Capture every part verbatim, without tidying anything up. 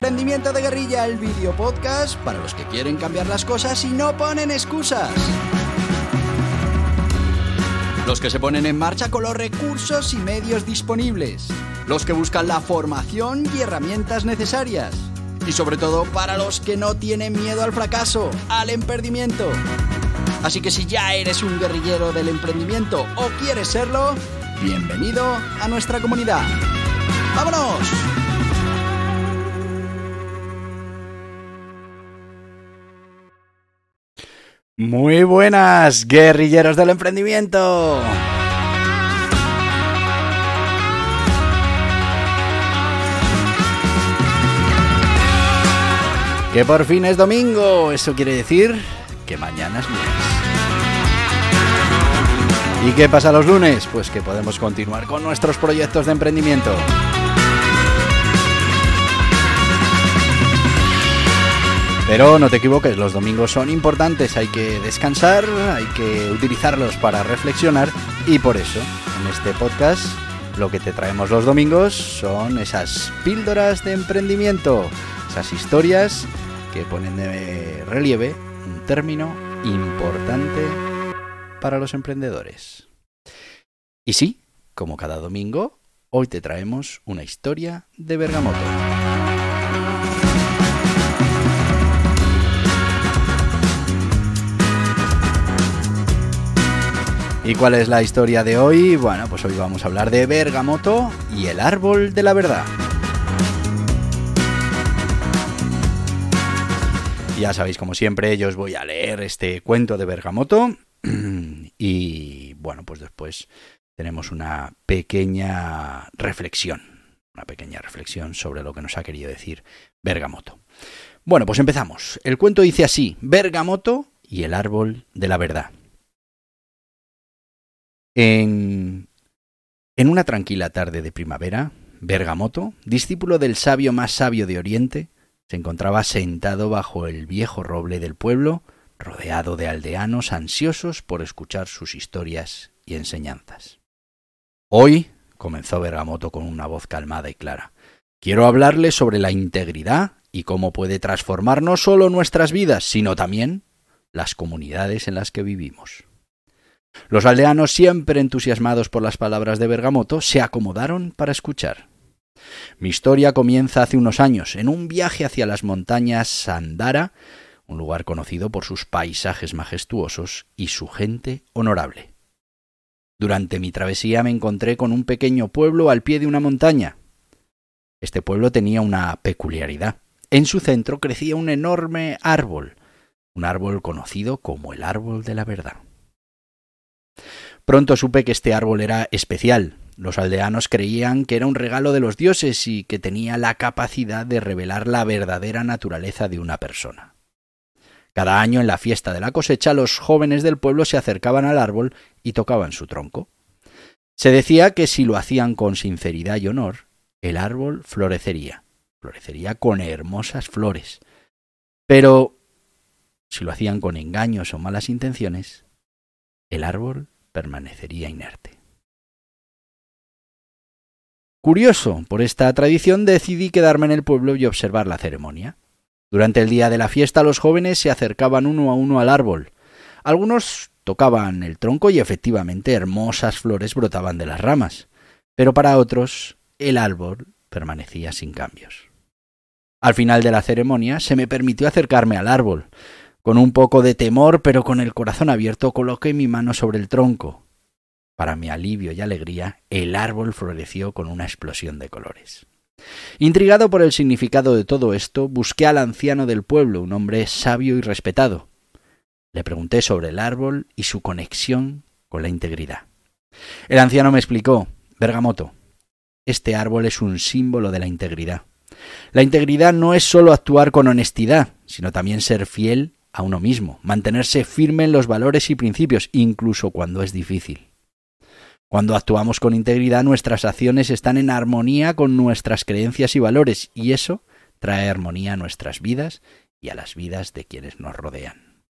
Emprendimiento de Guerrilla, el video podcast para los que quieren cambiar las cosas y no ponen excusas. Los que se ponen en marcha con los recursos y medios disponibles. Los que buscan la formación y herramientas necesarias. Y sobre todo para los que no tienen miedo al fracaso, al emprendimiento. Así que si ya eres un guerrillero del emprendimiento o quieres serlo, bienvenido a nuestra comunidad. ¡Vámonos! Muy buenas, guerrilleros del emprendimiento. Que por fin es domingo, eso quiere decir que mañana es lunes. ¿Y qué pasa los lunes? Pues que podemos continuar con nuestros proyectos de emprendimiento. Pero no te equivoques, los domingos son importantes, hay que descansar, hay que utilizarlos para reflexionar y por eso, en este podcast, lo que te traemos los domingos son esas píldoras de emprendimiento, esas historias que ponen de relieve un término importante para los emprendedores. Y sí, como cada domingo, hoy te traemos una historia de Bergamoto. ¿Y cuál es la historia de hoy? Bueno, pues hoy vamos a hablar de Bergamoto y el árbol de la verdad. Ya sabéis, como siempre, yo os voy a leer este cuento de Bergamoto y, bueno, pues después tenemos una pequeña reflexión, una pequeña reflexión sobre lo que nos ha querido decir Bergamoto. Bueno, pues empezamos. El cuento dice así: Bergamoto y el árbol de la verdad. En, en una tranquila tarde de primavera, Bergamoto, discípulo del sabio más sabio de Oriente, se encontraba sentado bajo el viejo roble del pueblo, rodeado de aldeanos ansiosos por escuchar sus historias y enseñanzas. Hoy, comenzó Bergamoto con una voz calmada y clara, quiero hablarles sobre la integridad y cómo puede transformar no solo nuestras vidas, sino también las comunidades en las que vivimos. Los aldeanos, siempre entusiasmados por las palabras de Bergamoto, se acomodaron para escuchar. Mi historia comienza hace unos años, en un viaje hacia las montañas Sandara, un lugar conocido por sus paisajes majestuosos y su gente honorable. Durante mi travesía me encontré con un pequeño pueblo al pie de una montaña. Este pueblo tenía una peculiaridad. En su centro crecía un enorme árbol, un árbol conocido como el árbol de la verdad. Pronto supe que este árbol era especial. Los aldeanos creían que era un regalo de los dioses y que tenía la capacidad de revelar la verdadera naturaleza de una persona. Cada año en la fiesta de la cosecha los jóvenes del pueblo se acercaban al árbol y tocaban su tronco. Se decía que si lo hacían con sinceridad y honor, el árbol florecería, florecería con hermosas flores. Pero si lo hacían con engaños o malas intenciones, el árbol permanecería inerte. Curioso por esta tradición, decidí quedarme en el pueblo y observar la ceremonia. Durante el día de la fiesta los jóvenes se acercaban uno a uno al árbol. Algunos tocaban el tronco y efectivamente hermosas flores brotaban de las ramas, pero para otros el árbol permanecía sin cambios. Al final de la ceremonia se me permitió acercarme al árbol. Con un poco de temor, pero con el corazón abierto, coloqué mi mano sobre el tronco. Para mi alivio y alegría, el árbol floreció con una explosión de colores. Intrigado por el significado de todo esto, busqué al anciano del pueblo, un hombre sabio y respetado. Le pregunté sobre el árbol y su conexión con la integridad. El anciano me explicó: Bergamoto, este árbol es un símbolo de la integridad. La integridad no es solo actuar con honestidad, sino también ser fiel a uno mismo, mantenerse firme en los valores y principios, incluso cuando es difícil. Cuando actuamos con integridad, nuestras acciones están en armonía con nuestras creencias y valores, y eso trae armonía a nuestras vidas y a las vidas de quienes nos rodean.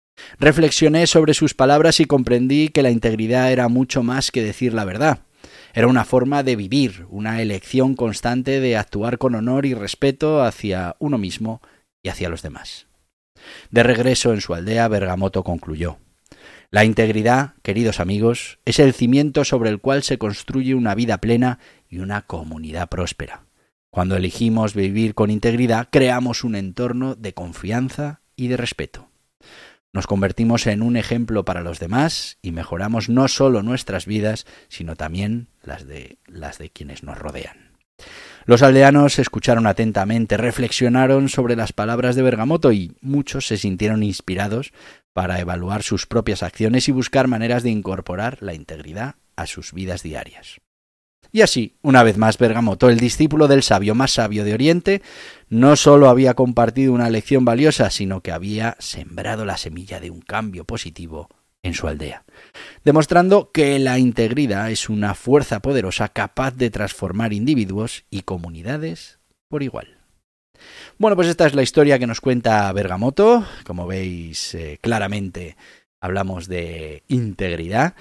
Reflexioné sobre sus palabras y comprendí que la integridad era mucho más que decir la verdad. Era una forma de vivir, una elección constante de actuar con honor y respeto hacia uno mismo y hacia los demás. De regreso en su aldea, Bergamoto concluyó: la integridad, queridos amigos, es el cimiento sobre el cual se construye una vida plena y una comunidad próspera. Cuando elegimos vivir con integridad, creamos un entorno de confianza y de respeto. Nos convertimos en un ejemplo para los demás y mejoramos no solo nuestras vidas, sino también las de, las de quienes nos rodean. Los aldeanos escucharon atentamente, reflexionaron sobre las palabras de Bergamoto y muchos se sintieron inspirados para evaluar sus propias acciones y buscar maneras de incorporar la integridad a sus vidas diarias. Y así, una vez más, Bergamoto, el discípulo del sabio más sabio de Oriente, no solo había compartido una lección valiosa, sino que había sembrado la semilla de un cambio positivo en su aldea, demostrando que la integridad es una fuerza poderosa capaz de transformar individuos y comunidades por igual. Bueno, pues esta es la historia que nos cuenta Bergamoto. Como veis, eh, claramente hablamos de integridad.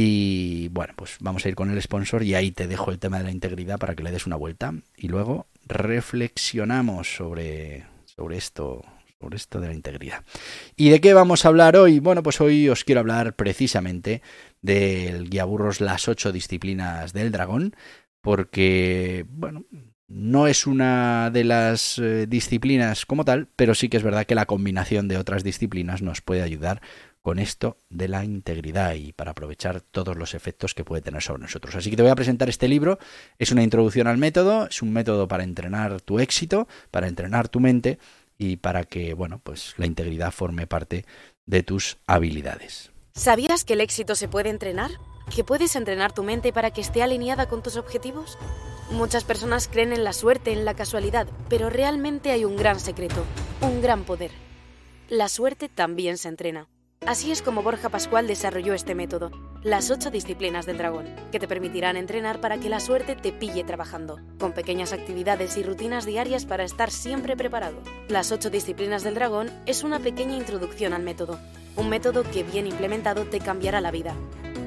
Y bueno, pues vamos a ir con el sponsor y ahí te dejo el tema de la integridad para que le des una vuelta. Y luego reflexionamos sobre, sobre esto, sobre esto de la integridad. ¿Y de qué vamos a hablar hoy? Bueno, pues hoy os quiero hablar precisamente del guiaburros Las ocho disciplinas del dragón, porque, bueno, no es una de las eh, disciplinas como tal, pero sí que es verdad que la combinación de otras disciplinas nos puede ayudar con esto de la integridad y para aprovechar todos los efectos que puede tener sobre nosotros. Así que te voy a presentar este libro. Es una introducción al método, es un método para entrenar tu éxito, para entrenar tu mente y para que, bueno, pues la integridad forme parte de tus habilidades. ¿Sabías que el éxito se puede entrenar? ¿Que puedes entrenar tu mente para que esté alineada con tus objetivos? Muchas personas creen en la suerte, en la casualidad, pero realmente hay un gran secreto, un gran poder. La suerte también se entrena. Así es como Borja Pascual desarrolló este método, las ocho disciplinas del dragón, que te permitirán entrenar para que la suerte te pille trabajando, con pequeñas actividades y rutinas diarias para estar siempre preparado. Las ocho disciplinas del dragón es una pequeña introducción al método, un método que bien implementado te cambiará la vida.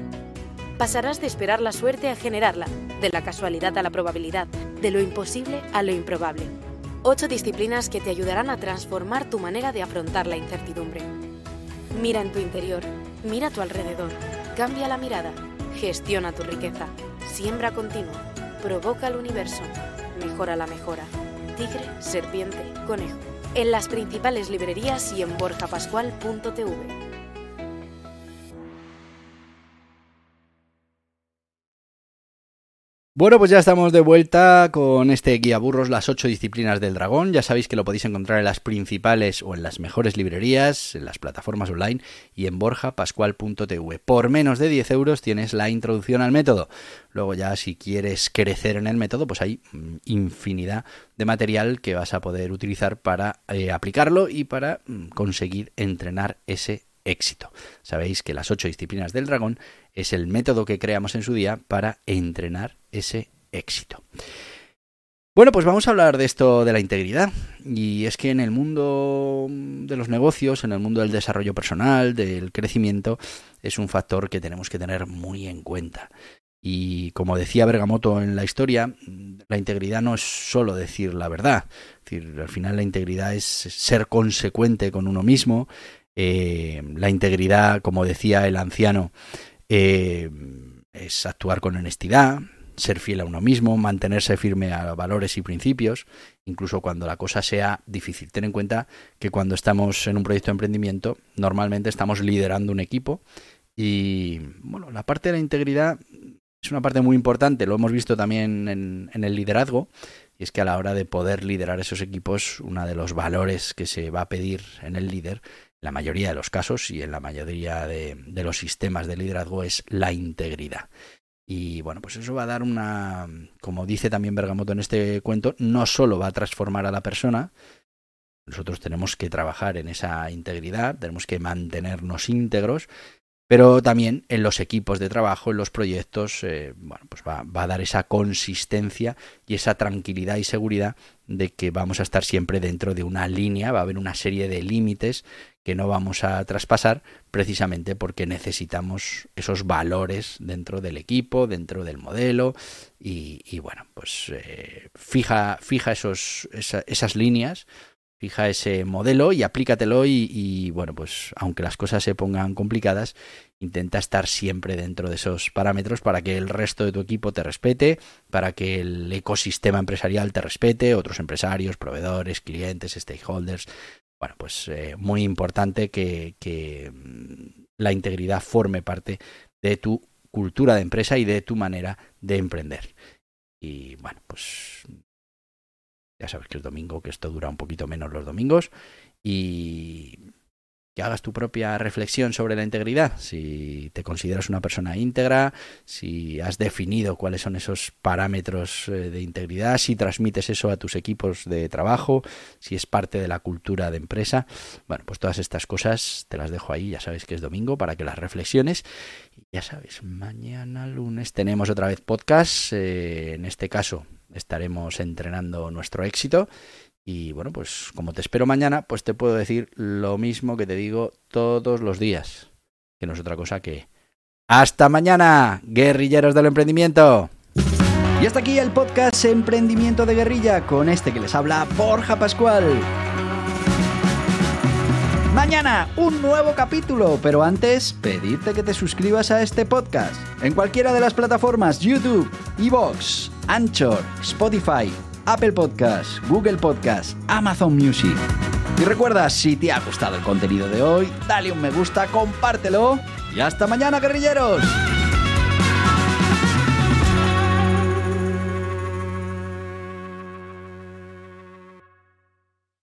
Pasarás de esperar la suerte a generarla, de la casualidad a la probabilidad, de lo imposible a lo improbable. Ocho disciplinas que te ayudarán a transformar tu manera de afrontar la incertidumbre. Mira en tu interior, mira a tu alrededor, cambia la mirada, gestiona tu riqueza, siembra continua, provoca el universo, mejora la mejora. Tigre, serpiente, conejo. En las principales librerías y en borja pascual punto t v. Bueno, pues ya estamos de vuelta con este guiaburros Las ocho disciplinas del dragón. Ya sabéis que lo podéis encontrar en las principales o en las mejores librerías, en las plataformas online y en borja pascual punto t v. Por menos de diez euros tienes la introducción al método. Luego ya si quieres crecer en el método, pues hay infinidad de material que vas a poder utilizar para eh, aplicarlo y para mm, conseguir entrenar ese éxito. Sabéis que las ocho disciplinas del dragón es el método que creamos en su día para entrenar ese éxito. Bueno, pues vamos a hablar de esto de la integridad. Y es que en el mundo de los negocios, en el mundo del desarrollo personal, del crecimiento, es un factor que tenemos que tener muy en cuenta. Y como decía Bergamoto en la historia, la integridad no es solo decir la verdad. Es decir, al final la integridad es ser consecuente con uno mismo. Eh, la integridad, como decía el anciano, eh, es actuar con honestidad, ser fiel a uno mismo, mantenerse firme a valores y principios, incluso cuando la cosa sea difícil. Ten en cuenta que cuando estamos en un proyecto de emprendimiento, normalmente estamos liderando un equipo y, bueno, la parte de la integridad es una parte muy importante, lo hemos visto también en, en el liderazgo, y es que a la hora de poder liderar esos equipos, uno de los valores que se va a pedir en el líder, en la mayoría de los casos y en la mayoría de, de los sistemas de liderazgo, es la integridad. Y bueno, pues eso va a dar una, como dice también Bergamoto en este cuento, no solo va a transformar a la persona, nosotros tenemos que trabajar en esa integridad, tenemos que mantenernos íntegros, Pero también en los equipos de trabajo, en los proyectos, eh, bueno, pues va, va a dar esa consistencia y esa tranquilidad y seguridad de que vamos a estar siempre dentro de una línea, va a haber una serie de límites que no vamos a traspasar precisamente porque necesitamos esos valores dentro del equipo, dentro del modelo y, y bueno, pues eh, fija, fija esos, esa, esas líneas. Fija ese modelo y aplícatelo y, y, bueno, pues aunque las cosas se pongan complicadas, intenta estar siempre dentro de esos parámetros para que el resto de tu equipo te respete, para que el ecosistema empresarial te respete, otros empresarios, proveedores, clientes, stakeholders. Bueno, pues eh, muy importante que, que la integridad forme parte de tu cultura de empresa y de tu manera de emprender. Y bueno, pues... ya sabes que es domingo, que esto dura un poquito menos los domingos y que hagas tu propia reflexión sobre la integridad. Si te consideras una persona íntegra, si has definido cuáles son esos parámetros de integridad, si transmites eso a tus equipos de trabajo, si es parte de la cultura de empresa. Bueno, pues todas estas cosas te las dejo ahí, ya sabes que es domingo, para que las reflexiones. Y ya sabes, mañana lunes tenemos otra vez podcast, eh, en este caso estaremos entrenando nuestro éxito y bueno, pues como te espero mañana, pues te puedo decir lo mismo que te digo todos los días, que no es otra cosa que ¡hasta mañana, guerrilleros del emprendimiento! Y hasta aquí el podcast Emprendimiento de Guerrilla, con este que les habla Borja Pascual. Mañana un nuevo capítulo, pero antes pedirte que te suscribas a este podcast en cualquiera de las plataformas YouTube, iVoox, Anchor, Spotify, Apple Podcasts, Google Podcasts, Amazon Music. Y recuerda, si te ha gustado el contenido de hoy, dale un me gusta, compártelo y hasta mañana, guerrilleros.